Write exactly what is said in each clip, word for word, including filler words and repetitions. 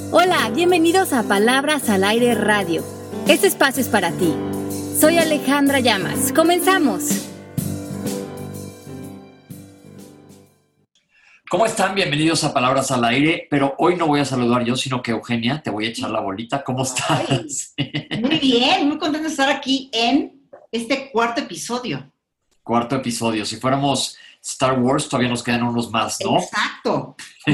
Hola, bienvenidos a Palabras al Aire Radio. Este espacio es para ti. Soy Alejandra Llamas. ¡Comenzamos! ¿Cómo están? Bienvenidos a Palabras al Aire, pero hoy no voy a saludar yo, sino que Eugenia, te voy a echar la bolita. ¿Cómo estás? Muy bien, muy contenta de estar aquí en este cuarto episodio. Cuarto episodio. Si fuéramos Star Wars, todavía nos quedan unos más, ¿no? Exacto.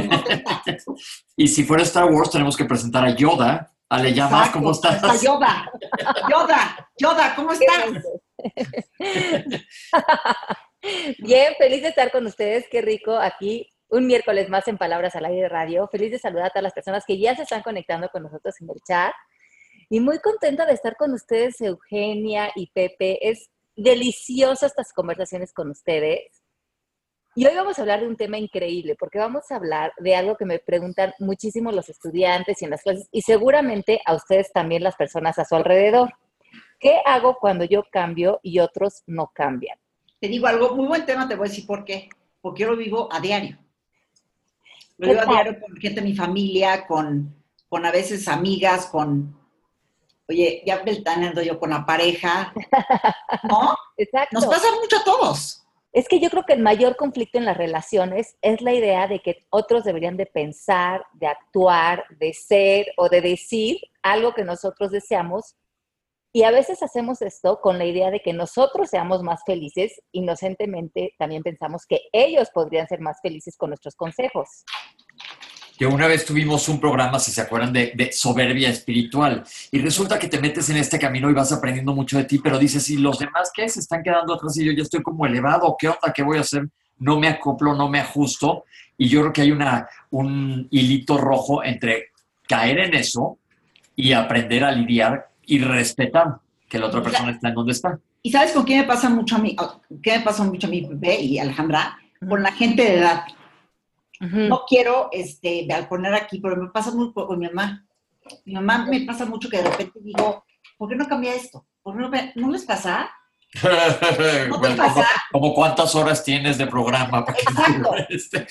Y si fuera Star Wars, tenemos que presentar a Yoda. Ale Llamas, ¿cómo estás? A Yoda. Yoda, Yoda, ¿cómo estás? Bien, feliz de estar con ustedes. Qué rico aquí. Un miércoles más en Palabras al Aire Radio. Feliz de saludar a todas las personas que ya se están conectando con nosotros en el chat. Y muy contenta de estar con ustedes, Eugenia y Pepe. Es delicioso estas conversaciones con ustedes. Y hoy vamos a hablar de un tema increíble, porque vamos a hablar de algo que me preguntan muchísimo los estudiantes y en las clases, y seguramente a ustedes también las personas a su alrededor. ¿Qué hago cuando yo cambio y otros no cambian? Te digo algo, muy buen tema, te voy a decir por qué. Porque yo lo vivo a diario. Lo vivo a diario con gente de mi familia, con, con a veces amigas, con... Oye, ya ventaneando yo con la pareja, ¿no? Exacto. Nos pasa mucho a todos. Es que yo creo que el mayor conflicto en las relaciones es la idea de que otros deberían de pensar, de actuar, de ser o de decir algo que nosotros deseamos. Y a veces hacemos esto con la idea de que nosotros seamos más felices. Inocentemente también pensamos que ellos podrían ser más felices con nuestros consejos. Que una vez tuvimos un programa, si se acuerdan, de, de soberbia espiritual. Y resulta que te metes en este camino y vas aprendiendo mucho de ti, pero dices, ¿y los demás qué? ¿Se están quedando atrás y yo ya estoy como elevado? ¿Qué onda? ¿Qué voy a hacer? No me acoplo, no me ajusto. Y yo creo que hay una, un hilito rojo entre caer en eso y aprender a lidiar y respetar que la otra persona está en donde está. ¿Y sabes con qué me pasa mucho a mí? ¿Qué me pasa mucho a mí, Pepe y Alejandra? Con la gente de edad. Uh-huh. No quiero este, poner aquí, pero me pasa mucho con mi mamá. Mi mamá me pasa mucho que de repente digo, ¿por qué no cambia esto? ¿Por qué no, ¿no les pasa? ¿No te pasa? Como cuántas horas tienes de programa. Exacto. Este?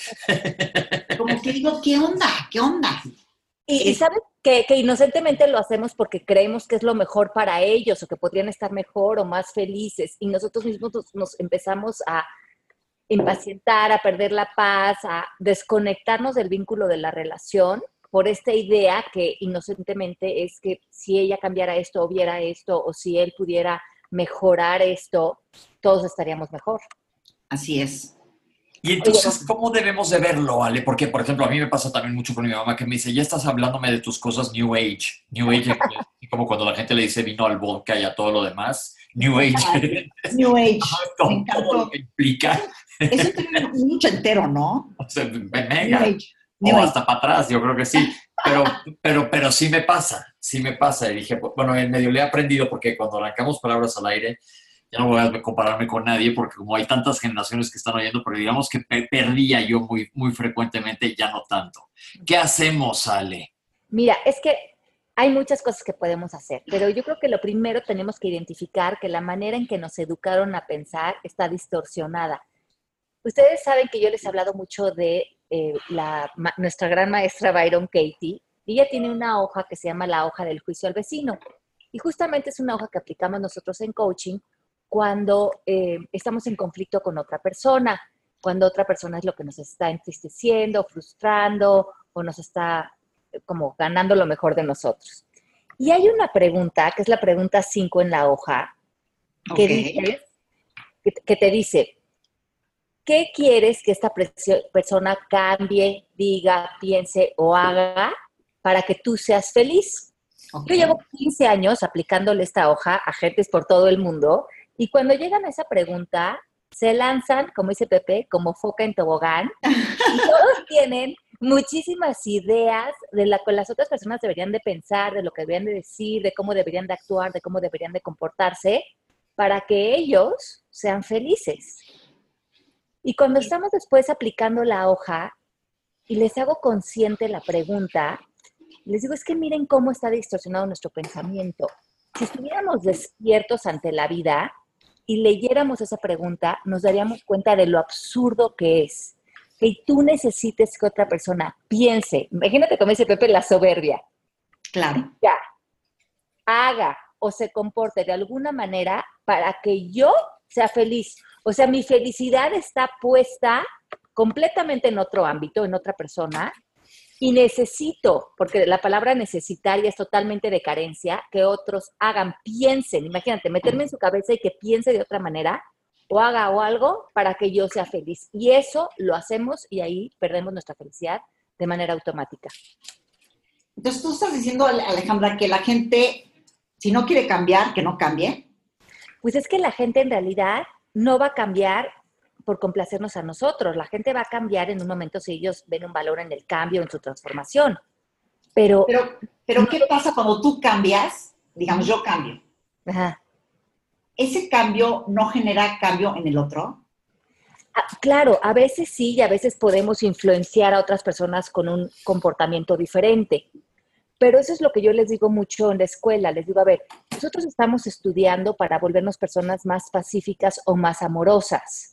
Como que digo, ¿qué onda? ¿Qué onda? Y, y sabes que, que inocentemente lo hacemos porque creemos que es lo mejor para ellos o que podrían estar mejor o más felices. Y nosotros mismos nos, nos empezamos a impacientar, a perder la paz, a desconectarnos del vínculo de la relación por esta idea que inocentemente es que si ella cambiara esto o viera esto o si él pudiera mejorar esto, todos estaríamos mejor. Así es. Y entonces, ¿cómo debemos de verlo, Ale? Porque, por ejemplo, a mí me pasa también mucho con mi mamá que me dice, ya estás hablándome de tus cosas New Age. New Age, como cuando la gente le dice vino al vodka y a todo lo demás. New Age. New Age. Con todo lo que implica. Es un mucho entero, ¿no? O sea, mega. New Age. New o Age. Hasta para atrás, yo creo que sí. Pero, pero, pero sí me pasa, sí me pasa. Y dije, bueno, en medio le he aprendido porque cuando arrancamos Palabras al Aire, ya no voy a compararme con nadie porque como hay tantas generaciones que están oyendo, pero digamos que perdía yo muy, muy frecuentemente, ya no tanto. ¿Qué hacemos, Ale? Mira, es que hay muchas cosas que podemos hacer, pero yo creo que lo primero tenemos que identificar que la manera en que nos educaron a pensar está distorsionada. Ustedes saben que yo les he hablado mucho de eh, la, ma, nuestra gran maestra Byron Katie, y ella tiene una hoja que se llama la hoja del juicio al vecino. Y justamente es una hoja que aplicamos nosotros en coaching cuando eh, estamos en conflicto con otra persona, cuando otra persona es lo que nos está entristeciendo, frustrando o nos está eh, como ganando lo mejor de nosotros. Y hay una pregunta, que es la pregunta cinco en la hoja, que, okay. dice, que, que te dice, ¿qué quieres que esta persona cambie, diga, piense o haga para que tú seas feliz? Okay. Yo llevo quince años aplicándole esta hoja a gentes por todo el mundo y cuando llegan a esa pregunta, se lanzan, como dice Pepe, como foca en tobogán y todos tienen muchísimas ideas de lo que las otras personas deberían de pensar, de lo que deberían de decir, de cómo deberían de actuar, de cómo deberían de comportarse para que ellos sean felices. Y cuando estamos después aplicando la hoja y les hago consciente la pregunta, les digo, es que miren cómo está distorsionado nuestro pensamiento. Si estuviéramos despiertos ante la vida y leyéramos esa pregunta, nos daríamos cuenta de lo absurdo que es. que tú necesites que otra persona piense, imagínate como dice Pepe, la soberbia, Claro. ya, haga o se comporte de alguna manera para que yo sea feliz. O sea, mi felicidad está puesta completamente en otro ámbito, en otra persona, y necesito, porque la palabra necesitar ya es totalmente de carencia, que otros hagan, piensen, imagínate, meterme en su cabeza y que piense de otra manera, o haga o algo para que yo sea feliz. Y eso lo hacemos y ahí perdemos nuestra felicidad de manera automática. Entonces tú estás diciendo, Alejandra, que la gente, si no quiere cambiar, que no cambie. Pues es que la gente en realidad no va a cambiar por complacernos a nosotros. La gente va a cambiar en un momento si ellos ven un valor en el cambio, en su transformación. Pero, Pero, pero ¿qué pasa cuando tú cambias? Digamos, yo cambio. Ajá. ¿Ese cambio no genera cambio en el otro? Ah, claro, a veces sí y a veces podemos influenciar a otras personas con un comportamiento diferente. Pero eso es lo que yo les digo mucho en la escuela. Les digo, a ver, nosotros estamos estudiando para volvernos personas más pacíficas o más amorosas.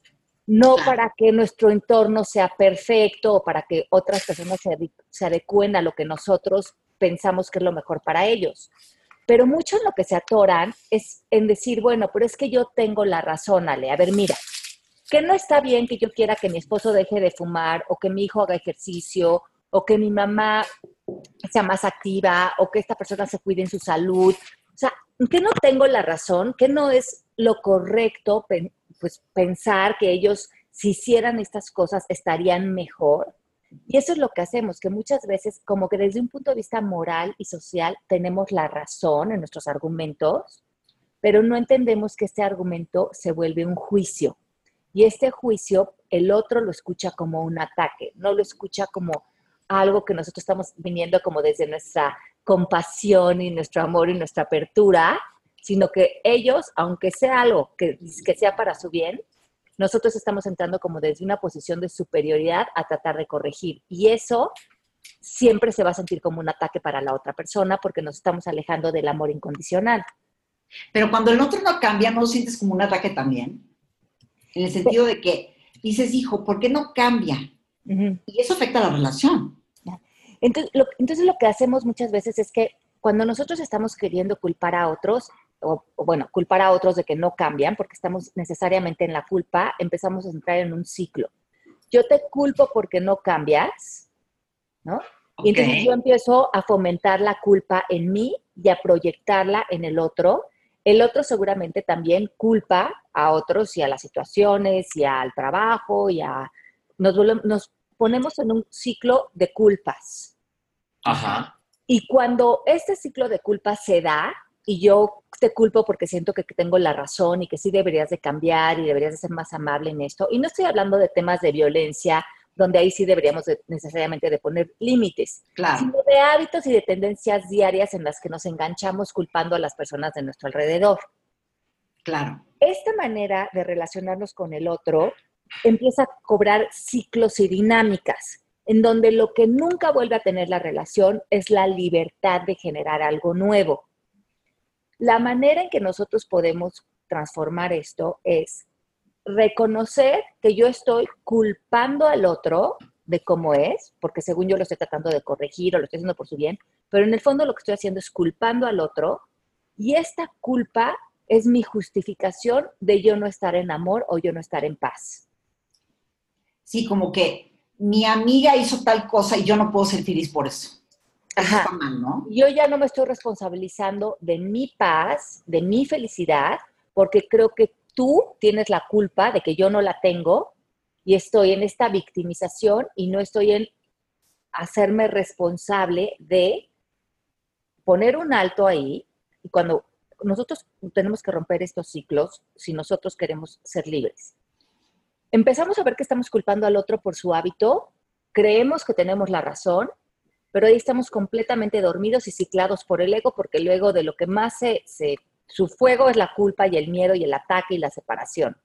No Claro. para que nuestro entorno sea perfecto o para que otras personas se, ade- se adecúen a lo que nosotros pensamos que es lo mejor para ellos. Pero mucho en lo que se atoran es en decir, bueno, pero es que yo tengo la razón, Ale. A ver, mira, que no está bien que yo quiera que mi esposo deje de fumar o que mi hijo haga ejercicio o que mi mamá sea más activa o que esta persona se cuide en su salud. O sea, que no tengo la razón, que no es lo correcto pen- pues, pensar que ellos, si hicieran estas cosas, estarían mejor. Y eso es lo que hacemos, que muchas veces, como que desde un punto de vista moral y social, tenemos la razón en nuestros argumentos, pero no entendemos que este argumento se vuelve un juicio. Y este juicio, el otro lo escucha como un ataque, no lo escucha como algo que nosotros estamos viniendo como desde nuestra compasión y nuestro amor y nuestra apertura, sino que ellos, aunque sea algo que, que sea para su bien, nosotros estamos entrando como desde una posición de superioridad a tratar de corregir. Y eso siempre se va a sentir como un ataque para la otra persona porque nos estamos alejando del amor incondicional. Pero cuando el otro no cambia, ¿no lo sientes como un ataque también? En el sentido de que dices, hijo, ¿por qué no cambia? Uh-huh. Y eso afecta a la relación. Entonces lo, entonces lo que hacemos muchas veces es que cuando nosotros estamos queriendo culpar a otros, o, o bueno, culpar a otros de que no cambian, porque estamos necesariamente en la culpa, empezamos a entrar en un ciclo. Yo te culpo porque no cambias, ¿no? Y entonces Ok. yo empiezo a fomentar la culpa en mí y a proyectarla en el otro. El otro seguramente también culpa a otros y a las situaciones y al trabajo y a... Nos, volvemos- nos ponemos en un ciclo de culpas. Ajá. Y cuando este ciclo de culpas se da, y yo te culpo porque siento que tengo la razón y que sí deberías de cambiar y deberías de ser más amable en esto, y no estoy hablando de temas de violencia, donde ahí sí deberíamos de, necesariamente de poner límites, Claro. sino de hábitos y de tendencias diarias en las que nos enganchamos culpando a las personas de nuestro alrededor. Claro. Esta manera de relacionarnos con el otro empieza a cobrar ciclos y dinámicas, en donde lo que nunca vuelve a tener la relación es la libertad de generar algo nuevo. La manera en que nosotros podemos transformar esto es reconocer que yo estoy culpando al otro de cómo es, porque según yo lo estoy tratando de corregir o lo estoy haciendo por su bien, pero en el fondo lo que estoy haciendo es culpando al otro y esta culpa es mi justificación de yo no estar en amor o yo no estar en paz. Sí, como que mi amiga hizo tal cosa y yo no puedo ser feliz por eso. Eso Ajá. está mal, ¿no? Yo ya no me estoy responsabilizando de mi paz, de mi felicidad, porque creo que tú tienes la culpa de que yo no la tengo y estoy en esta victimización y no estoy en hacerme responsable de poner un alto ahí. Y cuando nosotros tenemos que romper estos ciclos, si nosotros queremos ser libres, empezamos a ver que estamos culpando al otro por su hábito, creemos que tenemos la razón, pero ahí estamos completamente dormidos y ciclados por el ego, porque el ego de lo que más se, se, su fuego es la culpa y el miedo y el ataque y la separación.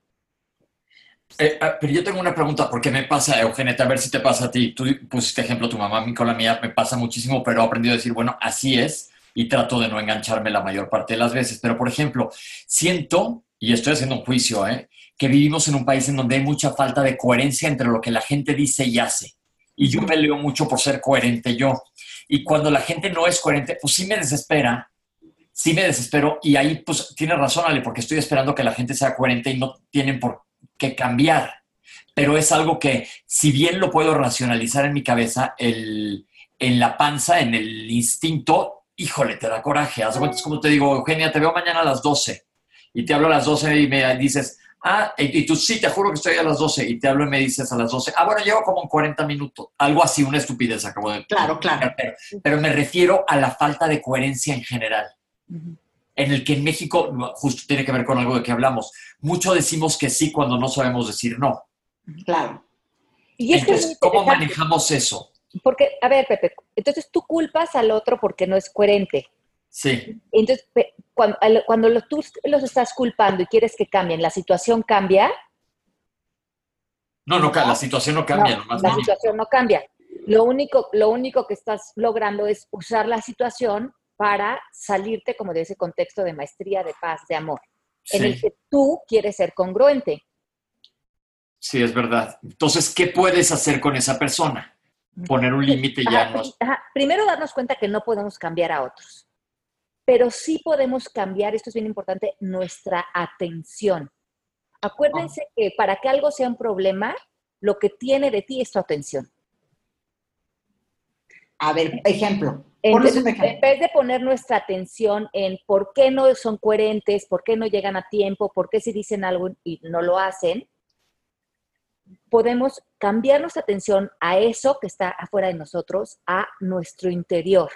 Eh, ah, pero yo tengo una pregunta, porque me pasa, Eugenia, a ver si te pasa a ti. Tú pusiste ejemplo tu mamá, a mí con la mía me pasa muchísimo, pero he aprendido a decir, bueno, así es, y trato de no engancharme la mayor parte de las veces. Pero, por ejemplo, siento y estoy haciendo un juicio, ¿eh? que vivimos en un país en donde hay mucha falta de coherencia entre lo que la gente dice y hace. Y yo peleo mucho por ser coherente yo. Y cuando la gente no es coherente, pues sí me desespera, sí me desespero. Y ahí, pues, tiene razón, Ale, porque estoy esperando que la gente sea coherente y no tienen por qué cambiar. Pero es algo que, si bien lo puedo racionalizar en mi cabeza, el, en la panza, en el instinto, híjole, te da coraje. Haz de cuenta, es como te digo, Eugenia, te veo mañana a las doce. Y te hablo a las doce y me dices, ah, y tú, sí, te juro que estoy a las doce. Y te hablo y me dices a las doce, ah, bueno, llevo como en cuarenta minutos. Algo así, una estupidez acabo de... Claro, claro. Pero, pero me refiero a la falta de coherencia en general. Uh-huh. En el que en México, justo tiene que ver con algo de que hablamos, mucho decimos que sí cuando no sabemos decir no. Claro. Y es entonces, que es ¿cómo manejamos eso? Porque, a ver, Pepe, entonces tú culpas al otro porque no es coherente. Sí. Entonces, cuando, cuando lo, tú los estás culpando y quieres que cambien, ¿la situación cambia? No, no, la situación no cambia. No, nomás la no. situación no cambia. Lo único, lo único que estás logrando es usar la situación para salirte como de ese contexto de maestría, de paz, de amor, Sí. en el que tú quieres ser congruente. Sí, es verdad. Entonces, ¿qué puedes hacer con esa persona? Poner un límite ya Ajá, no es... ajá. Primero, darnos cuenta que no podemos cambiar a otros. Pero sí podemos cambiar, esto es bien importante, nuestra atención. Acuérdense oh. que para que algo sea un problema, lo que tiene de ti es tu atención. A ver, ejemplo. Entonces, un ejemplo. En vez de poner nuestra atención en por qué no son coherentes, por qué no llegan a tiempo, por qué si dicen algo y no lo hacen, podemos cambiar nuestra atención a eso que está afuera de nosotros, a nuestro interior.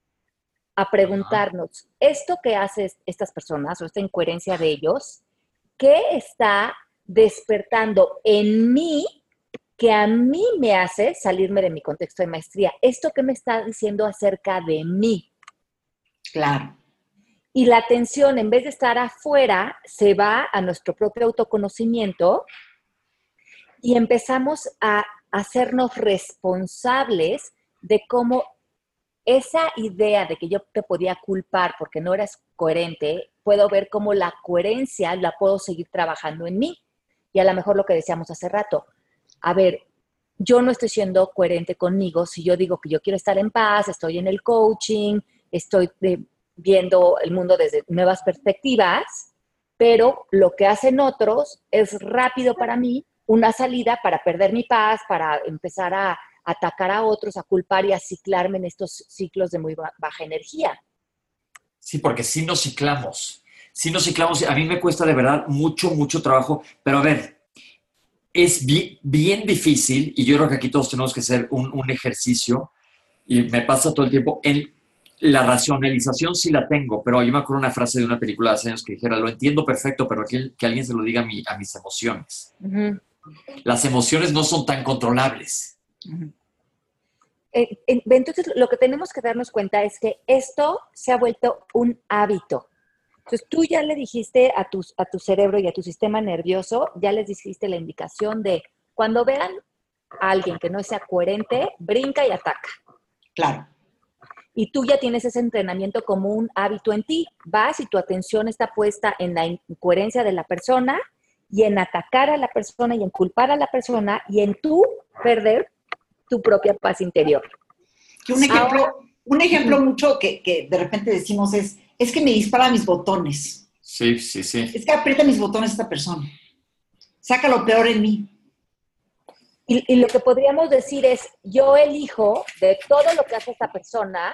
A preguntarnos, ¿esto que hacen estas personas o esta incoherencia de ellos, qué está despertando en mí que a mí me hace salirme de mi contexto de maestría? ¿Esto qué me está diciendo acerca de mí? Claro. Y la atención, en vez de estar afuera, se va a nuestro propio autoconocimiento y empezamos a hacernos responsables de cómo esa idea de que yo te podía culpar porque no eras coherente, puedo ver cómo la coherencia la puedo seguir trabajando en mí. Y a lo mejor lo que decíamos hace rato, a ver, yo no estoy siendo coherente conmigo si yo digo que yo quiero estar en paz, estoy en el coaching, estoy eh, viendo el mundo desde nuevas perspectivas, pero lo que hacen otros es rápido para mí, una salida para perder mi paz, para empezar a atacar a otros, a culpar y a ciclarme en estos ciclos de muy baja energía. Sí, porque sí nos ciclamos. Sí nos ciclamos. A mí me cuesta de verdad mucho, mucho trabajo. Pero a ver, es bien, bien difícil, y yo creo que aquí todos tenemos que hacer un, un ejercicio, y me pasa todo el tiempo, en la racionalización sí la tengo, pero yo me acuerdo una frase de una película de hace años que dijera, lo entiendo perfecto, pero que, que alguien se lo diga a, mi, a mis emociones. Uh-huh. Las emociones no son tan controlables. Uh-huh. Eh, entonces, lo que tenemos que darnos cuenta es que esto se ha vuelto un hábito. Entonces, tú ya le dijiste a tu, a tu cerebro y a tu sistema nervioso, ya les dijiste la indicación de cuando vean a alguien que no sea coherente, brinca y ataca. Claro. Y tú ya tienes ese entrenamiento como un hábito en ti. Vas y tu atención está puesta en la incoherencia de la persona y en atacar a la persona y en culpar a la persona y en tú perder tu propia paz interior. Que un ejemplo, Ahora, un ejemplo uh-huh. mucho que, que de repente decimos es, es que me dispara mis botones. Sí, sí, sí. Es que aprieta mis botones esta persona. Saca lo peor en mí. Y, y lo que podríamos decir es, yo elijo de todo lo que hace esta persona,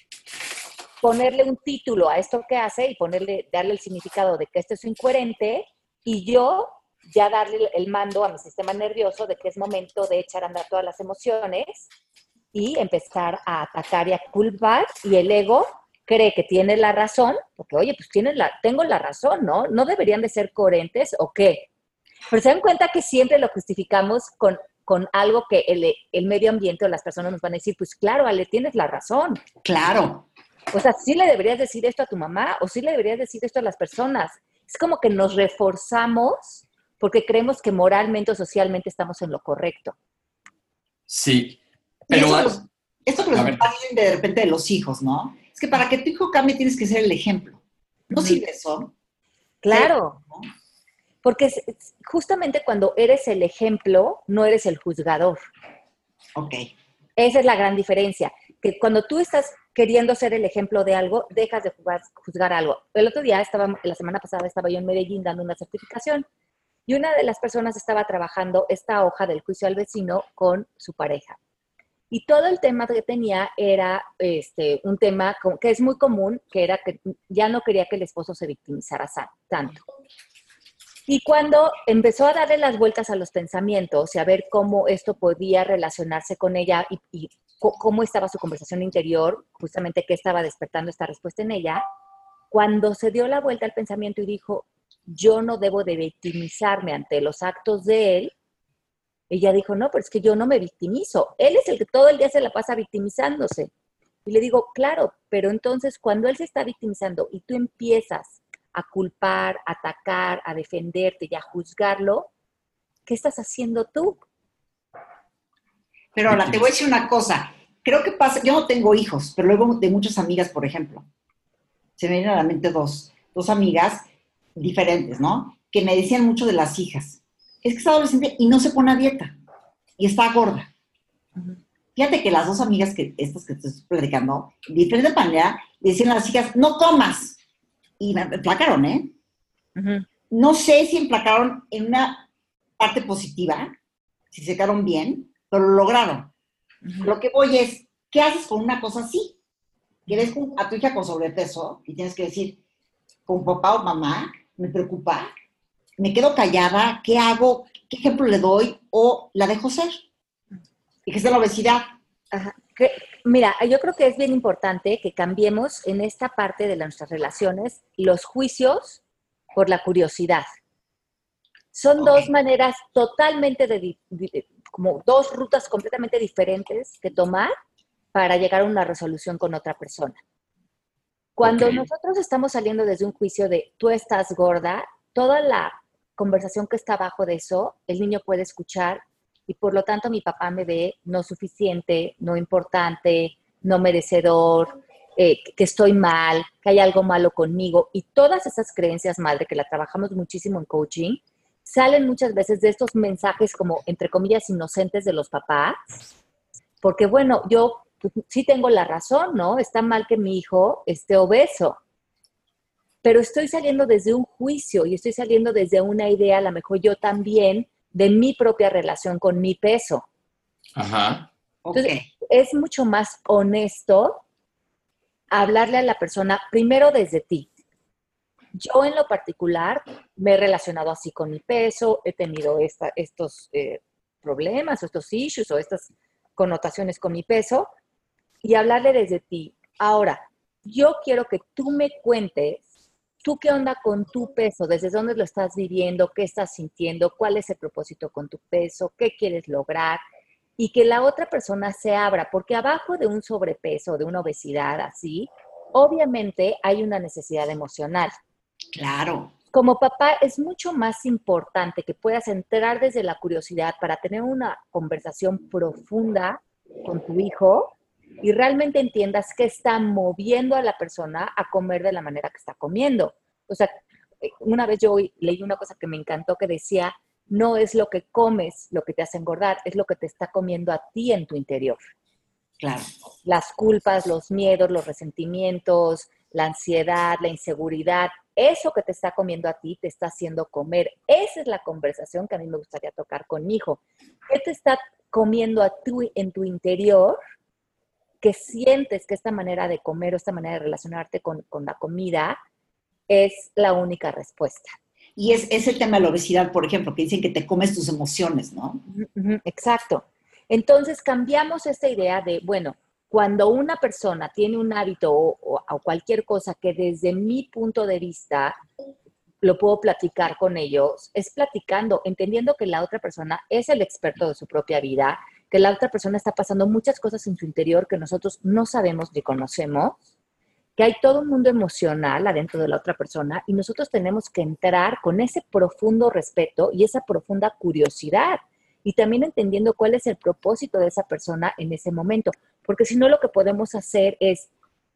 ponerle un título a esto que hace y ponerle, darle el significado de que esto es incoherente y yo ya darle el mando a mi sistema nervioso de que es momento de echar a andar todas las emociones y empezar a atacar y a culpar, y el ego cree que tiene la razón, porque oye, pues tiene la, tengo la razón, ¿no? ¿No deberían de ser coherentes o qué? Pero se dan cuenta que siempre lo justificamos con, con algo que el, el medio ambiente o las personas nos van a decir, pues claro, Ale, tienes la razón. Claro. O sea, sí le deberías decir esto a tu mamá o sí le deberías decir esto a las personas. Es como que nos reforzamos porque creemos que moralmente o socialmente estamos en lo correcto. Sí, pero... Esto, los, esto que nos pasen de repente de los hijos, ¿no? Es que para que tu hijo cambie tienes que ser el ejemplo. ¿No sirve eso? Claro. ¿no? Porque es, es justamente cuando eres el ejemplo, no eres el juzgador. Ok. Esa es la gran diferencia. Que cuando tú estás queriendo ser el ejemplo de algo, dejas de juzgar, juzgar algo. El otro día, estaba, la semana pasada, estaba yo en Medellín dando una certificación y una de las personas estaba trabajando esta hoja del juicio al vecino con su pareja. Y todo el tema que tenía era este, un tema que es muy común, que era que ya no quería que el esposo se victimizara tanto. Y cuando empezó a darle las vueltas a los pensamientos y a ver cómo esto podía relacionarse con ella y, y cómo estaba su conversación interior, justamente qué estaba despertando esta respuesta en ella, cuando se dio la vuelta al pensamiento y dijo, yo no debo de victimizarme ante los actos de él, ella dijo, no, pero es que yo no me victimizo. Él es el que todo el día se la pasa victimizándose. Y le digo, claro, pero entonces cuando él se está victimizando y tú empiezas a culpar, a atacar, a defenderte y a juzgarlo, ¿qué estás haciendo tú? Pero ahora te voy a decir una cosa. Creo que pasa, yo no tengo hijos, pero luego de muchas amigas, por ejemplo, se me vienen a la mente dos, dos amigas diferentes, ¿no? Que me decían mucho de las hijas. Es que está adolescente y no se pone a dieta y está gorda. Uh-huh. Fíjate que las dos amigas, que estas que te estoy platicando, de diferente manera, le decían a las hijas, no comas. Y me emplacaron, ¿eh? Uh-huh. No sé si emplacaron en una parte positiva, si se quedaron bien, pero lo lograron. Uh-huh. Lo que voy es, ¿qué haces con una cosa así? Que ves a tu hija con sobrepeso y tienes que decir, con papá o mamá, me preocupa, me quedo callada, ¿qué hago? ¿Qué ejemplo le doy? ¿O la dejo ser? Y que sea la obesidad. Ajá. Mira, yo creo que es bien importante que cambiemos en esta parte de nuestras relaciones los juicios por la curiosidad. Son okay. dos maneras totalmente, de, de, como dos rutas completamente diferentes que tomar para llegar a una resolución con otra persona. Cuando okay. nosotros estamos saliendo desde un juicio de tú estás gorda, toda la conversación que está abajo de eso, el niño puede escuchar y por lo tanto mi papá me ve no suficiente, no importante, no merecedor, eh, que estoy mal, que hay algo malo conmigo. Y todas esas creencias, madre, que la trabajamos muchísimo en coaching, salen muchas veces de estos mensajes como, entre comillas, inocentes de los papás. Porque, bueno, yo pues, sí tengo la razón, ¿no? Está mal que mi hijo esté obeso. Pero estoy saliendo desde un juicio y estoy saliendo desde una idea, a lo mejor yo también, de mi propia relación con mi peso. Ajá. Entonces, okay. es mucho más honesto hablarle a la persona primero desde ti. Yo en lo particular me he relacionado así con mi peso, he tenido esta, estos eh, problemas o estos issues o estas connotaciones con mi peso y hablarle desde ti. Ahora, yo quiero que tú me cuentes ¿tú qué onda con tu peso? ¿Desde dónde lo estás viviendo? ¿Qué estás sintiendo? ¿Cuál es el propósito con tu peso? ¿Qué quieres lograr? Y que la otra persona se abra, porque abajo de un sobrepeso, de una obesidad así, obviamente hay una necesidad emocional. Claro. Como papá es mucho más importante que puedas entrar desde la curiosidad para tener una conversación profunda con tu hijo y realmente entiendas qué está moviendo a la persona a comer de la manera que está comiendo. O sea, una vez yo leí una cosa que me encantó que decía, no es lo que comes lo que te hace engordar, es lo que te está comiendo a ti en tu interior. Claro. Las culpas, los miedos, los resentimientos, la ansiedad, la inseguridad, eso que te está comiendo a ti te está haciendo comer. Esa es la conversación que a mí me gustaría tocar con mi hijo. ¿Qué te está comiendo a ti en tu interior? Que sientes que esta manera de comer o esta manera de relacionarte con, con la comida es la única respuesta. Y es, es el tema de la obesidad, por ejemplo, que dicen que te comes tus emociones, ¿no? Exacto. Entonces cambiamos esta idea de, bueno, cuando una persona tiene un hábito o, o, o cualquier cosa que desde mi punto de vista lo puedo platicar con ellos, es platicando, entendiendo que la otra persona es el experto de su propia vida, que la otra persona está pasando muchas cosas en su interior que nosotros no sabemos ni conocemos, que hay todo un mundo emocional adentro de la otra persona y nosotros tenemos que entrar con ese profundo respeto y esa profunda curiosidad y también entendiendo cuál es el propósito de esa persona en ese momento, porque si no lo que podemos hacer es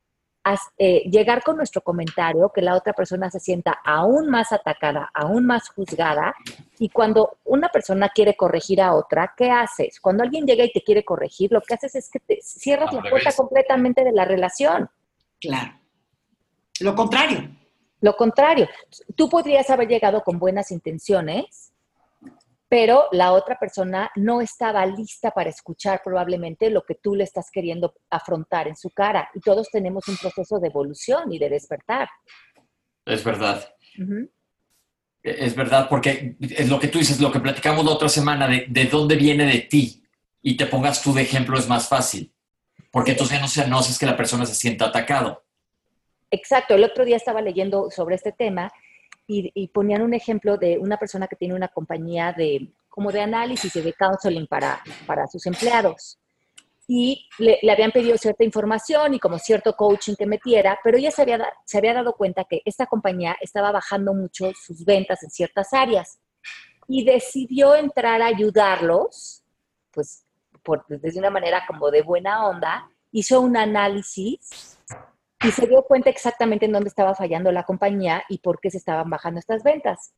as, eh, llegar con nuestro comentario, que la otra persona se sienta aún más atacada, aún más juzgada. Y cuando una persona quiere corregir a otra, ¿qué haces? Cuando alguien llega y te quiere corregir, lo que haces es que te cierras Al la revés. puerta completamente de la relación. Claro. Lo contrario. Lo contrario, tú podrías haber llegado con buenas intenciones, pero la otra persona no estaba lista para escuchar probablemente lo que tú le estás queriendo afrontar en su cara. Y todos tenemos un proceso de evolución y de despertar. Es verdad. Uh-huh. Es verdad, porque es lo que tú dices, lo que platicamos la otra semana, de, de dónde viene de ti, y te pongas tú de ejemplo es más fácil. Porque entonces no se no es que la persona se sienta atacado. Exacto. El otro día estaba leyendo sobre este tema y, y ponían un ejemplo de una persona que tiene una compañía de, como de análisis y de counseling para, para sus empleados. Y le, le habían pedido cierta información y como cierto coaching que metiera, pero ella se había, se había dado cuenta que esta compañía estaba bajando mucho sus ventas en ciertas áreas y decidió entrar a ayudarlos, pues por, desde una manera como de buena onda, hizo un análisis y se dio cuenta exactamente en dónde estaba fallando la compañía y por qué se estaban bajando estas ventas,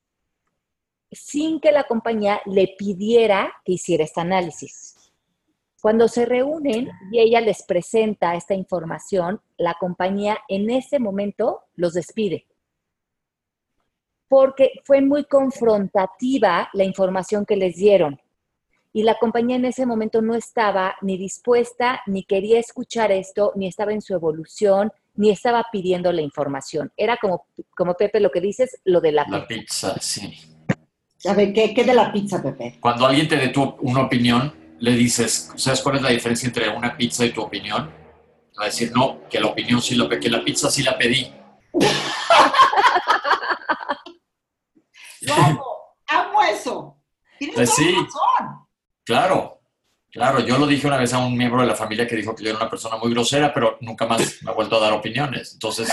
sin que la compañía le pidiera que hiciera este análisis. Cuando se reúnen y ella les presenta esta información, la compañía en ese momento los despide. Porque fue muy confrontativa la información que les dieron. Y la compañía en ese momento no estaba ni dispuesta, ni quería escuchar esto, ni estaba en su evolución, ni estaba pidiendo la información. Era como, como Pepe, lo que dices, lo de la, la pizza. La pizza, sí. A ver, ¿qué, qué de la pizza, Pepe? Cuando alguien te dé tu, una opinión, le dices, ¿sabes cuál es la diferencia entre una pizza y tu opinión? Va a decir, no, que la opinión sí la, que la pizza sí la pedí. Lo amo, amo eso. Tienes Pues toda sí. razón. Claro, claro. Yo lo dije una vez a un miembro de la familia que dijo que yo era una persona muy grosera, pero nunca más me ha vuelto a dar opiniones. Entonces,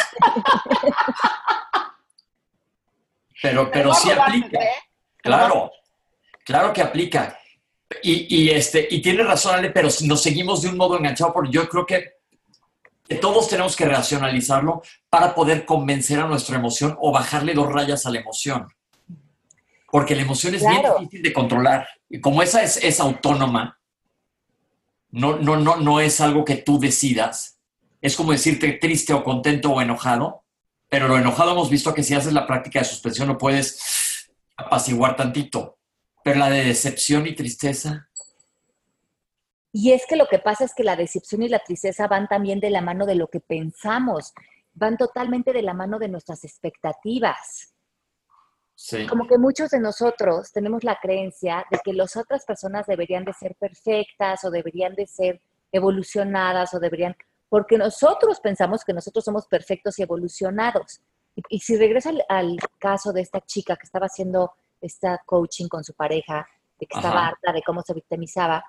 pero, pero sí aplica. Claro, claro que aplica. Y, y, este, y tiene razón, Ale, pero nos seguimos de un modo enganchado, porque yo creo que, que todos tenemos que racionalizarlo para poder convencer a nuestra emoción o bajarle dos rayas a la emoción. Porque la emoción es Claro. bien difícil de controlar. Y como esa es, es autónoma, no, no, no, no es algo que tú decidas. Es como decirte triste o contento o enojado. Pero lo enojado hemos visto que si haces la práctica de suspensión lo puedes apaciguar tantito. Pero la de decepción y tristeza. Y es que lo que pasa es que la decepción y la tristeza van también de la mano de lo que pensamos. Van totalmente de la mano de nuestras expectativas. Sí. Como que muchos de nosotros tenemos la creencia de que las otras personas deberían de ser perfectas o deberían de ser evolucionadas o deberían... Porque nosotros pensamos que nosotros somos perfectos y evolucionados. Y, y si regreso al, al caso de esta chica que estaba haciendo esta coaching con su pareja, de que estaba Ajá. harta de cómo se victimizaba,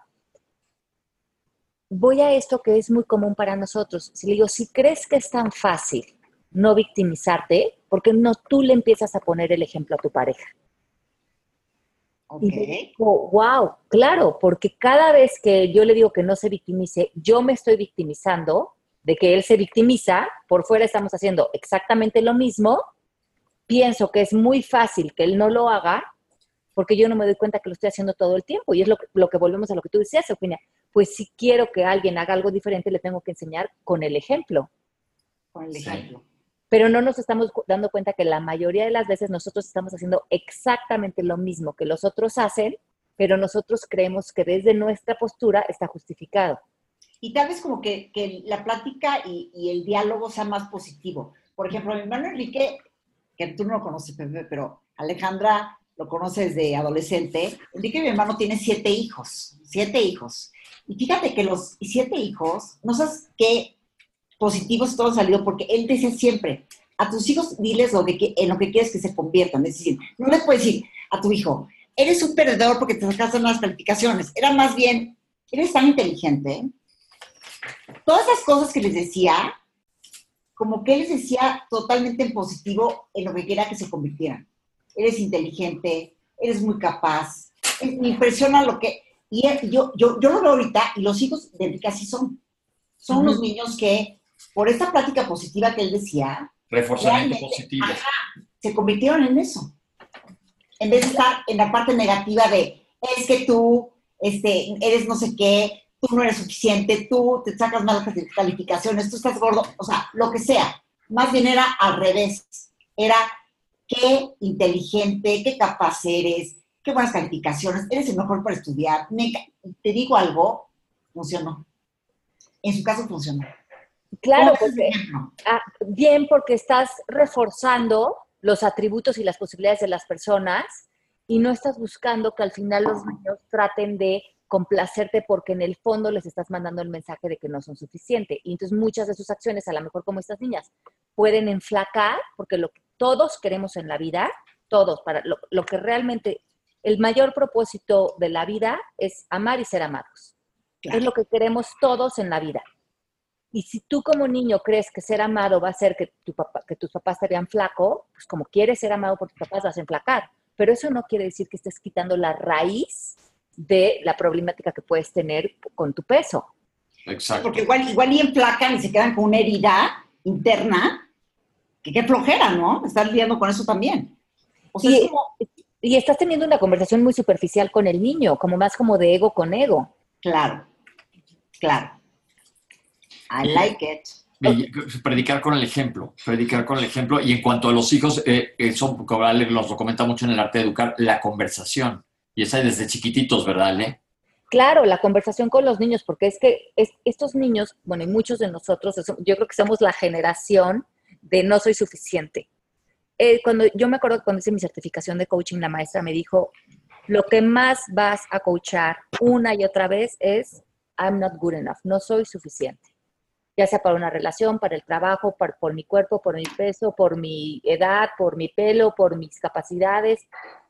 voy a esto que es muy común para nosotros. Si le digo, si crees que es tan fácil no victimizarte, ¿por qué no tú le empiezas a poner el ejemplo a tu pareja? Okay. Y me dijo, wow, claro, porque cada vez que yo le digo que no se victimice, yo me estoy victimizando de que él se victimiza, por fuera estamos haciendo exactamente lo mismo, pienso que es muy fácil que él no lo haga, porque yo no me doy cuenta que lo estoy haciendo todo el tiempo, y es lo que, lo que volvemos a lo que tú decías, Eugenia, pues si quiero que alguien haga algo diferente, le tengo que enseñar con el ejemplo. Con el ejemplo. Sí. Pero no nos estamos dando cuenta que la mayoría de las veces nosotros estamos haciendo exactamente lo mismo que los otros hacen, pero nosotros creemos que desde nuestra postura está justificado. Y tal vez como que, que la plática y, y el diálogo sea más positivo. Por ejemplo, mi hermano Enrique, que tú no lo conoces, Pepe, pero Alejandra lo conoce desde adolescente. Enrique, mi hermano, tiene siete hijos, siete hijos. Y fíjate que los siete hijos, no sabes qué positivos todo salió, porque él decía siempre, a tus hijos diles lo que, en lo que quieres que se conviertan. Es decir, no le puedes decir a tu hijo, eres un perdedor porque te sacaste unas calificaciones. Era más bien, eres tan inteligente. Todas esas cosas que les decía, como que él les decía totalmente en positivo en lo que quiera que se convirtieran. Eres inteligente, eres muy capaz, es, me impresiona lo que... Y él, yo, yo, yo lo veo ahorita, y los hijos de Enrique así son. Son uh-huh. unos niños que por esta práctica positiva que él decía, reforzamiento positivo. Ajá, se convirtieron en eso. En vez de estar en la parte negativa de, es que tú este, eres no sé qué, tú no eres suficiente, tú te sacas malas calificaciones, tú estás gordo, o sea, lo que sea. Más bien era al revés. Era qué inteligente, qué capaz eres, qué buenas calificaciones, eres el mejor para estudiar. Me, te digo algo, funcionó. En su caso funcionó. Claro, porque, ah, bien, porque estás reforzando los atributos y las posibilidades de las personas y no estás buscando que al final los niños traten de complacerte porque en el fondo les estás mandando el mensaje de que no son suficientes. Y entonces muchas de sus acciones, a lo mejor como estas niñas, pueden enflacar, porque lo que todos queremos en la vida, todos, para lo, lo que realmente, el mayor propósito de la vida es amar y ser amados. Claro. Es lo que queremos todos en la vida. Y si tú como niño crees que ser amado va a hacer que, tu papá, que tus papás te vean flaco, pues como quieres ser amado por tus papás vas a enflacar. Pero eso no quiere decir que estés quitando la raíz de la problemática que puedes tener con tu peso. Exacto. Porque igual, igual y enflacan y se quedan con una herida interna, que qué flojera, ¿no? Estar lidiando con eso también. O sea, y, es como... y estás teniendo una conversación muy superficial con el niño, como más como de ego con ego. Claro, claro. I like it. Y predicar con el ejemplo, predicar con el ejemplo. Y en cuanto a los hijos, eh, eso Ale nos lo comenta mucho en el arte de educar, la conversación. Y esa desde chiquititos, ¿verdad, Ale? Claro, la conversación con los niños, porque es que es, estos niños, bueno, y muchos de nosotros, yo creo que somos la generación de no soy suficiente. Eh, cuando yo me acuerdo que cuando hice mi certificación de coaching, la maestra me dijo, lo que más vas a coachar una y otra vez es I'm not good enough, no soy suficiente. Ya sea para una relación, para el trabajo, para, por mi cuerpo, por mi peso, por mi edad, por mi pelo, por mis capacidades.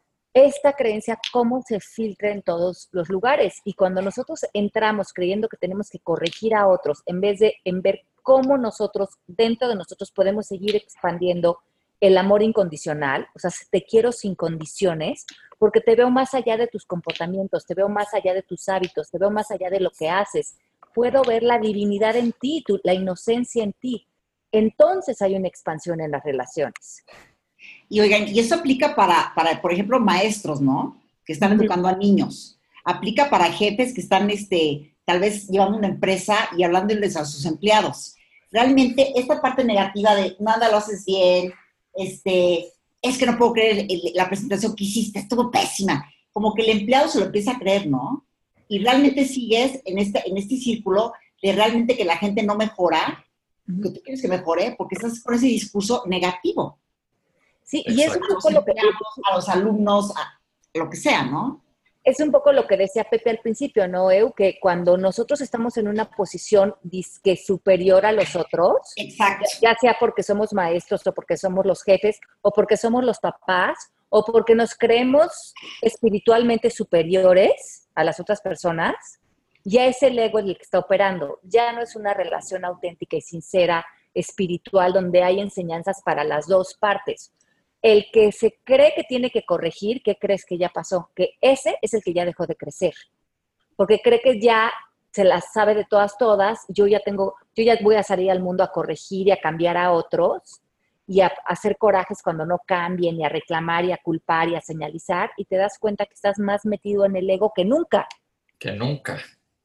Esta creencia, cómo se filtra en todos los lugares. Y cuando nosotros entramos creyendo que tenemos que corregir a otros, en vez de en ver cómo nosotros, dentro de nosotros, podemos seguir expandiendo el amor incondicional, o sea, te quiero sin condiciones, porque te veo más allá de tus comportamientos, te veo más allá de tus hábitos, te veo más allá de lo que haces. Puedo ver la divinidad en ti, tu, la inocencia en ti. Entonces hay una expansión en las relaciones. Y oigan, y eso aplica para, para por ejemplo, maestros, ¿no? Que están educando a niños. Aplica para jefes que están, este, tal vez llevando una empresa y hablándoles a sus empleados. Realmente, esta parte negativa de nada lo haces bien, este, es que no puedo creer el, la presentación que hiciste, estuvo pésima. Como que el empleado se lo empieza a creer, ¿no? Y realmente sigues en este, en este círculo de realmente que la gente no mejora, uh-huh. que tú quieres que mejore, porque estás con ese discurso negativo. Sí, exacto. Y es un poco lo que... A los alumnos, a lo que sea, ¿no? Es un poco lo que decía Pepe al principio, ¿no, Eu? Que cuando nosotros estamos en una posición disque superior a los otros, exacto. Ya sea porque somos maestros o porque somos los jefes o porque somos los papás o porque nos creemos espiritualmente superiores a las otras personas, ya es el ego el que está operando. Ya no es una relación auténtica y sincera, espiritual, donde hay enseñanzas para las dos partes. El que se cree que tiene que corregir, ¿qué crees que ya pasó? Que ese es el que ya dejó de crecer. Porque cree que ya se las sabe de todas, todas. Yo ya tengo, yo ya voy a salir al mundo a corregir y a cambiar a otros y a, a hacer corajes cuando no cambien y a reclamar y a culpar y a señalizar. Y te das cuenta que estás más metido en el ego que nunca. Que nunca.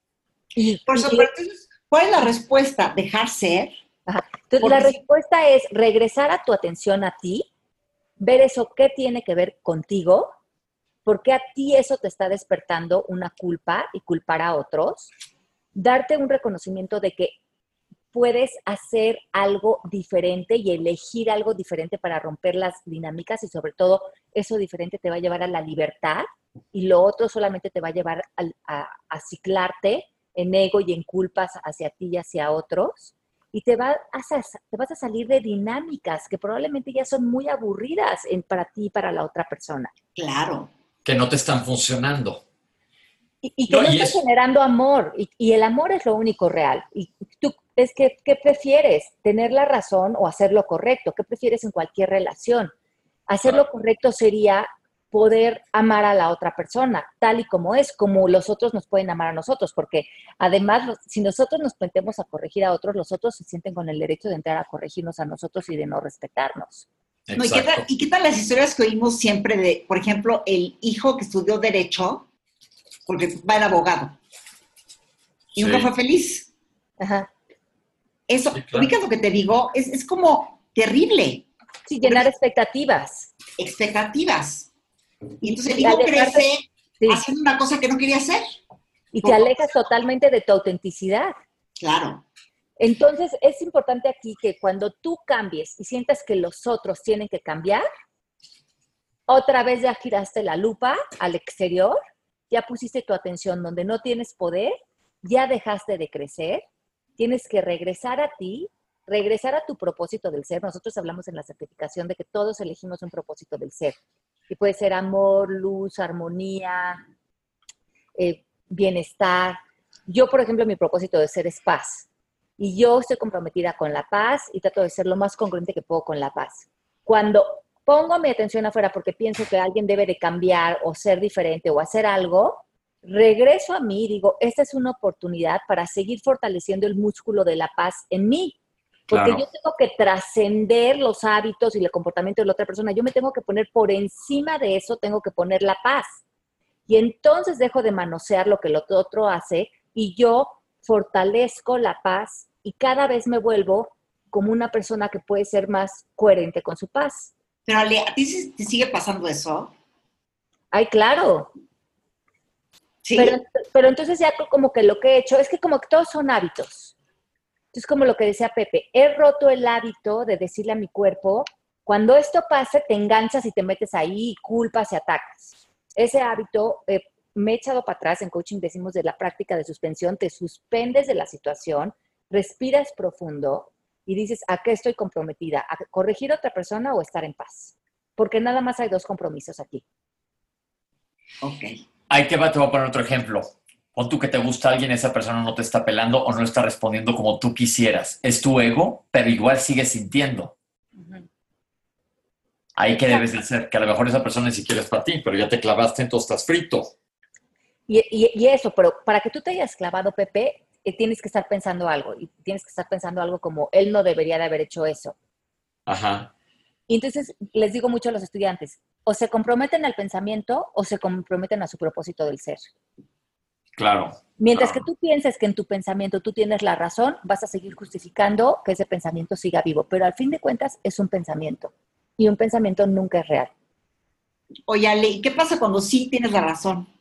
Y, Por supuesto, ¿cuál es la respuesta? ¿Dejar ser? Ajá. Entonces, la respuesta es regresar a tu atención a ti, ver eso, qué tiene que ver contigo, porque a ti eso te está despertando una culpa y culpar a otros, darte un reconocimiento de que puedes hacer algo diferente y elegir algo diferente para romper las dinámicas y sobre todo eso diferente te va a llevar a la libertad y lo otro solamente te va a llevar a, a, a ciclarte en ego y en culpas hacia ti y hacia otros. Y te, va a, te vas a salir de dinámicas que probablemente ya son muy aburridas en, para ti y para la otra persona. Claro. Que no te están funcionando. Y, y que no, no estás es... generando amor. Y, y el amor es lo único real. Y tú, es que, ¿qué prefieres? ¿Tener la razón o hacer lo correcto? ¿Qué prefieres en cualquier relación? Hacer lo correcto sería poder amar a la otra persona, tal y como es, como los otros nos pueden amar a nosotros, porque además, si nosotros nos metemos a corregir a otros, los otros se sienten con el derecho de entrar a corregirnos a nosotros y de no respetarnos. No, ¿y, qué tal, ¿Y qué tal las historias que oímos siempre de, por ejemplo, el hijo que estudió Derecho, porque va el abogado, y sí. nunca fue feliz? Ajá. Eso, sí, claro. ¿Ubicas lo que te digo? Es, es como terrible. Sí, llenar porque, expectativas. Expectativas. Y entonces el hijo crece sí. haciendo una cosa que no quería hacer. Y te alejas totalmente de tu autenticidad. Claro. Entonces, es importante aquí que cuando tú cambies y sientas que los otros tienen que cambiar, otra vez ya giraste la lupa al exterior, ya pusiste tu atención donde no tienes poder, ya dejaste de crecer, tienes que regresar a ti, regresar a tu propósito del ser. Nosotros hablamos en la certificación de que todos elegimos un propósito del ser. Y puede ser amor, luz, armonía, eh, bienestar. Yo, por ejemplo, mi propósito de ser es paz. Y yo estoy comprometida con la paz y trato de ser lo más congruente que puedo con la paz. Cuando pongo mi atención afuera porque pienso que alguien debe de cambiar o ser diferente o hacer algo, regreso a mí y digo, esta es una oportunidad para seguir fortaleciendo el músculo de la paz en mí. Porque claro. yo tengo que trascender los hábitos y el comportamiento de la otra persona. Yo me tengo que poner por encima de eso, tengo que poner la paz. Y entonces dejo de manosear lo que el otro hace y yo fortalezco la paz y cada vez me vuelvo como una persona que puede ser más coherente con su paz. Pero Ale, ¿a ti te sigue pasando eso? Ay, claro. ¿Sí? Pero, pero entonces ya como que lo que he hecho es que como que todos son hábitos. Entonces, como lo que decía Pepe, he roto el hábito de decirle a mi cuerpo, cuando esto pase, te enganchas y te metes ahí, y culpas y atacas. Ese hábito eh, me he echado para atrás. En coaching decimos de la práctica de suspensión, te suspendes de la situación, respiras profundo y dices, ¿a qué estoy comprometida? ¿A corregir a otra persona o estar en paz? Porque nada más hay dos compromisos aquí. Ok. Ahí te va, te voy a poner otro ejemplo. Pon tú que te gusta alguien, esa persona no te está pelando o no está respondiendo como tú quisieras. Es tu ego, pero igual sigues sintiendo. Uh-huh. Ahí que debes de ser, que a lo mejor esa persona ni siquiera es para ti, pero ya te clavaste, entonces estás frito. Y, y, y eso, pero para que tú te hayas clavado, Pepe, eh, tienes que estar pensando algo. Y tienes que estar pensando algo como, él no debería de haber hecho eso. Ajá. Y entonces les digo mucho a los estudiantes, o se comprometen al pensamiento o se comprometen a su propósito del ser. Claro. Mientras claro. que tú pienses que en tu pensamiento tú tienes la razón, vas a seguir justificando que ese pensamiento siga vivo. Pero al fin de cuentas es un pensamiento. Y un pensamiento nunca es real. Oye, Ale, ¿y qué pasa cuando sí tienes la razón?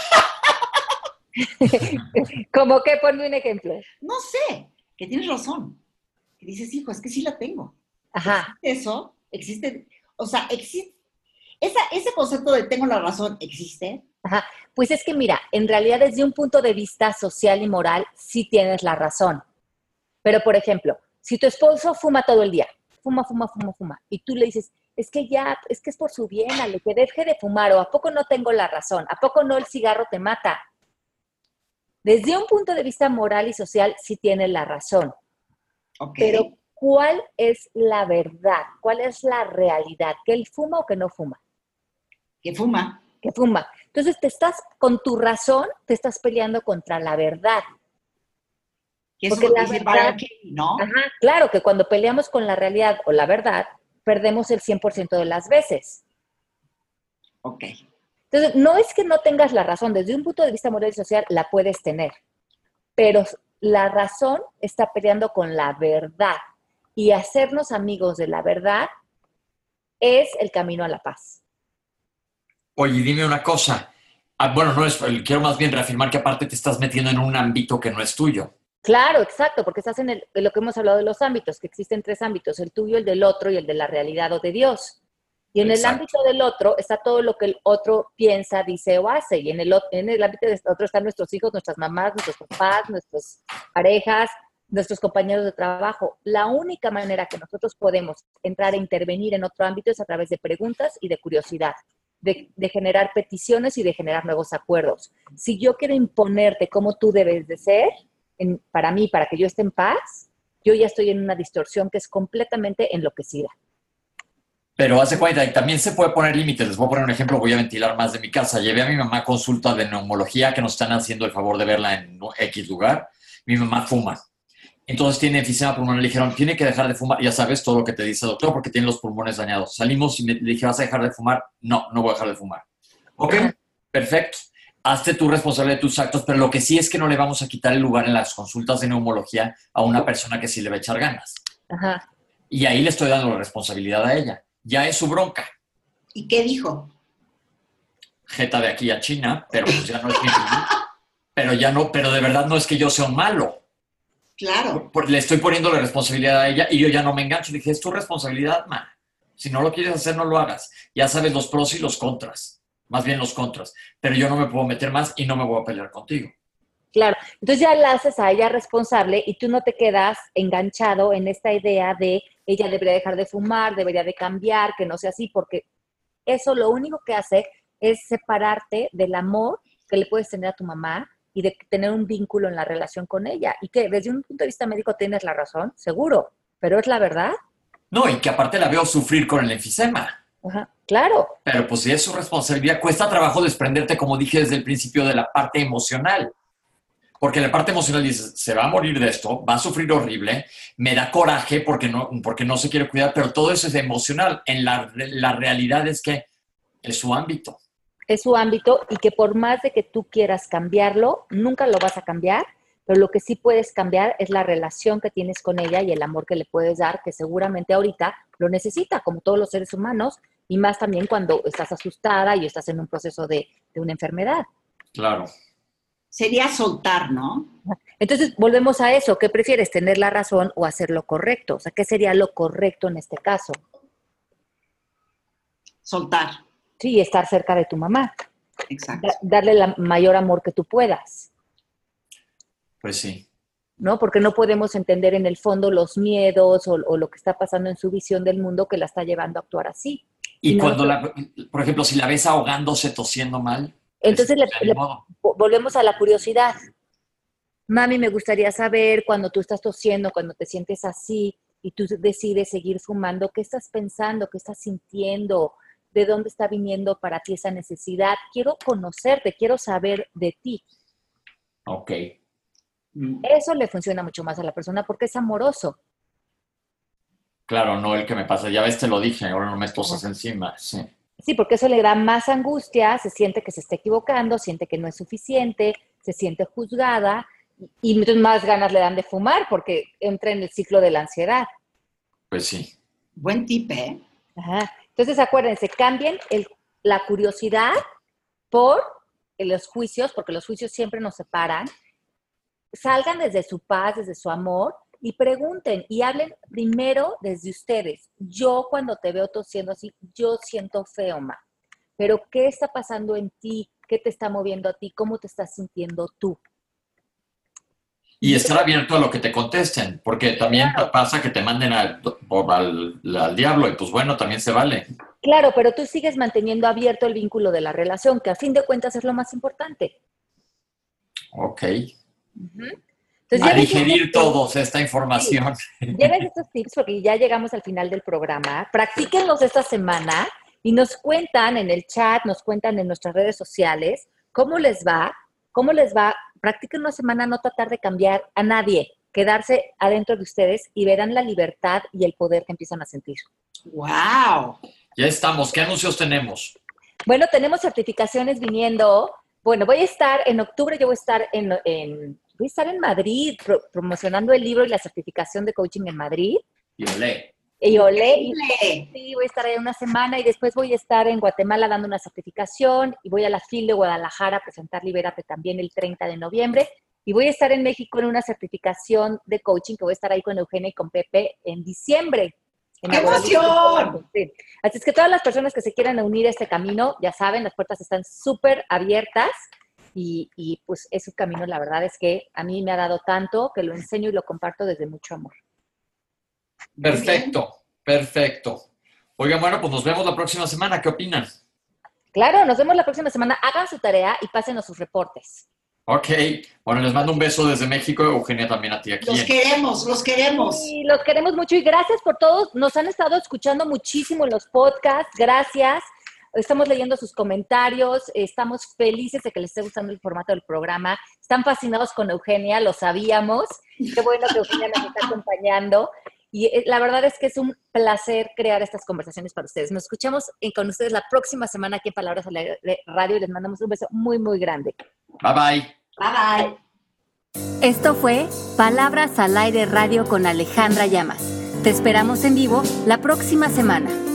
¿Cómo qué? Ponme un ejemplo. No sé, que tienes razón. Que dices, hijo, es que sí la tengo. Ajá. ¿Existe eso? Existe, o sea, existe, esa, ese concepto de tengo la razón, ¿existe? Ajá. Pues es que mira, en realidad desde un punto de vista social y moral sí tienes la razón. Pero, por ejemplo, si tu esposo fuma todo el día, fuma, fuma, fuma, fuma, y tú le dices, es que ya, es que es por su bien, Ale, que deje de fumar, o ¿a poco no tengo la razón? ¿A poco no el cigarro te mata? Desde un punto de vista moral y social sí tienes la razón. Okay. Pero, ¿cuál es la verdad? ¿Cuál es la realidad? ¿Que él fuma o que no fuma? Que fuma. Que fuma. Entonces, te estás, con tu razón, te estás peleando contra la verdad. Que eso es lo que dice Byron Katie, ¿no? Ajá, claro, que cuando peleamos con la realidad o la verdad, perdemos el cien por ciento de las veces. Ok. Entonces, no es que no tengas la razón. Desde un punto de vista moral y social, la puedes tener. Pero la razón está peleando con la verdad. Y hacernos amigos de la verdad es el camino a la paz. Oye, dime una cosa. Ah, bueno, no es, quiero más bien reafirmar que aparte te estás metiendo en un ámbito que no es tuyo. Claro, exacto, porque estás en, el, en lo que hemos hablado de los ámbitos, que existen tres ámbitos, el tuyo, el del otro y el de la realidad o de Dios. Y en exacto. El ámbito del otro está todo lo que el otro piensa, dice o hace. Y en el, en el ámbito del otro están nuestros hijos, nuestras mamás, nuestros papás, nuestras parejas, nuestros compañeros de trabajo. La única manera que nosotros podemos entrar e intervenir en otro ámbito es a través de preguntas y de curiosidad. De, de generar peticiones y de generar nuevos acuerdos. Si yo quiero imponerte cómo tú debes de ser, en, para mí, para que yo esté en paz, yo ya estoy en una distorsión que es completamente enloquecida. Pero hace cuenta, y también se puede poner límites. Les voy a poner un ejemplo, voy a ventilar más de mi casa. Llevé a mi mamá a consulta de neumología, que nos están haciendo el favor de verla en X lugar. Mi mamá fuma. Entonces tiene enfisema pulmonar. Le dijeron, tiene que dejar de fumar. Ya sabes todo lo que te dice el doctor, porque tiene los pulmones dañados. Salimos y me, le dije, ¿vas a dejar de fumar? No, no voy a dejar de fumar. Ok, perfecto. Hazte tú responsable de tus actos, pero lo que sí es que no le vamos a quitar el lugar en las consultas de neumología a una persona que sí le va a echar ganas. Ajá. Y ahí le estoy dando la responsabilidad a ella. Ya es su bronca. ¿Y qué dijo? Jeta de aquí a China, pero pues ya no es mi pero ya no, pero de verdad no es que yo sea un malo. Claro. Porque le estoy poniendo la responsabilidad a ella y yo ya no me engancho. Dije, es tu responsabilidad, ma. Si no lo quieres hacer, no lo hagas. Ya sabes los pros y los contras. Más bien los contras. Pero yo no me puedo meter más y no me voy a pelear contigo. Claro. Entonces ya la haces a ella responsable y tú no te quedas enganchado en esta idea de ella debería dejar de fumar, debería de cambiar, que no sea así, porque eso lo único que hace es separarte del amor que le puedes tener a tu mamá y de tener un vínculo en la relación con ella. Y que desde un punto de vista médico tienes la razón, seguro, pero es la verdad. No, y que aparte la veo sufrir con el enfisema. Ajá, claro. Pero pues si es su responsabilidad, cuesta trabajo desprenderte, como dije desde el principio, de la parte emocional. Porque la parte emocional dice, se va a morir de esto, va a sufrir horrible, me da coraje porque no, porque no se quiere cuidar, pero todo eso es emocional. En la, la realidad es que es su ámbito. Es su ámbito y que por más de que tú quieras cambiarlo, nunca lo vas a cambiar, pero lo que sí puedes cambiar es la relación que tienes con ella y el amor que le puedes dar, que seguramente ahorita lo necesita, como todos los seres humanos, y más también cuando estás asustada y estás en un proceso de, de una enfermedad. Claro. Sería soltar, ¿no? Entonces, volvemos a eso. ¿Qué prefieres, tener la razón o hacer lo correcto? O sea, ¿qué sería lo correcto en este caso? Soltar. Sí, estar cerca de tu mamá. Exacto. Da- darle el mayor amor que tú puedas, Pues sí. ¿no? Porque no podemos entender en el fondo los miedos o, o lo que está pasando en su visión del mundo que la está llevando a actuar así. Y Y no cuando, lo- la, por ejemplo, si la ves ahogándose, tosiendo mal, Entonces, le, pues, le- ni modo. volvemos a la curiosidad. Mami, me gustaría saber cuando tú estás tosiendo, cuando te sientes así y tú decides seguir fumando, ¿qué estás pensando? ¿Qué estás sintiendo? ¿De dónde está viniendo para ti esa necesidad? Quiero conocerte, quiero saber de ti. Ok. Eso le funciona mucho más a la persona porque es amoroso. Claro, no el que me pasa. Ya ves, te lo dije, ahora no me tosas encima. Sí. Sí, porque eso le da más angustia, se siente que se está equivocando, siente que no es suficiente, se siente juzgada y entonces más ganas le dan de fumar porque entra en el ciclo de la ansiedad. Pues sí. Buen tip, ¿eh? Ajá. Entonces, acuérdense, cambien el, la curiosidad por los juicios, porque los juicios siempre nos separan. Salgan desde su paz, desde su amor y pregunten y hablen primero desde ustedes. Yo cuando te veo tosiendo así, yo siento feo, ma. Pero ¿qué está pasando en ti? ¿Qué te está moviendo a ti? ¿Cómo te estás sintiendo tú? Y estar abierto a lo que te contesten, porque también Claro. pasa que te manden al, al, al diablo y pues bueno, también se vale. Claro, pero tú sigues manteniendo abierto el vínculo de la relación, que a fin de cuentas es lo más importante. Ok. Uh-huh. Entonces, A ya ves digerir estos tips. todos esta información. Sí. Ya ves estos tips porque ya llegamos al final del programa. Practíquenlos esta semana y nos cuentan en el chat, nos cuentan en nuestras redes sociales cómo les va, cómo les va. Practiquen una semana, no tratar de cambiar a nadie, quedarse adentro de ustedes y verán la libertad y el poder que empiezan a sentir. ¡Wow! Ya estamos. ¿Qué anuncios tenemos? Bueno, tenemos certificaciones viniendo. Bueno, voy a estar en octubre, yo voy a estar en, en, voy a estar en Madrid pro, promocionando el libro y la certificación de coaching en Madrid. Y olé. Y olé, y, Increíble. sí, voy a estar ahí una semana y después voy a estar en Guatemala dando una certificación y voy a la F I L de Guadalajara a presentar Libérate también el treinta de noviembre y voy a estar en México en una certificación de coaching que voy a estar ahí con Eugenia y con Pepe en diciembre. En ¡Qué Aguadalajara. emoción! Sí. Así es que todas las personas que se quieran unir a este camino, ya saben, las puertas están súper abiertas y, y pues es un camino, la verdad es que a mí me ha dado tanto que lo enseño y lo comparto desde mucho amor. Perfecto, perfecto. Oigan, bueno, pues nos vemos la próxima semana. ¿Qué opinan? Claro, nos vemos la próxima semana. Hagan su tarea y pásenos sus reportes. Ok, bueno, les mando un beso desde México, Eugenia, también a ti aquí. Los queremos, los queremos. Sí, los queremos mucho y gracias por todos. Nos han estado escuchando muchísimo en los podcasts. Gracias. Estamos leyendo sus comentarios. Estamos felices de que les esté gustando el formato del programa. Están fascinados con Eugenia, lo sabíamos. Qué bueno que Eugenia nos está acompañando. Y la verdad es que es un placer crear estas conversaciones para ustedes. Nos escuchamos con ustedes la próxima semana aquí en Palabras al Aire Radio y les mandamos un beso muy, muy grande. Bye, bye. Bye, bye. Esto fue Palabras al Aire Radio con Alejandra Llamas. Te esperamos en vivo la próxima semana.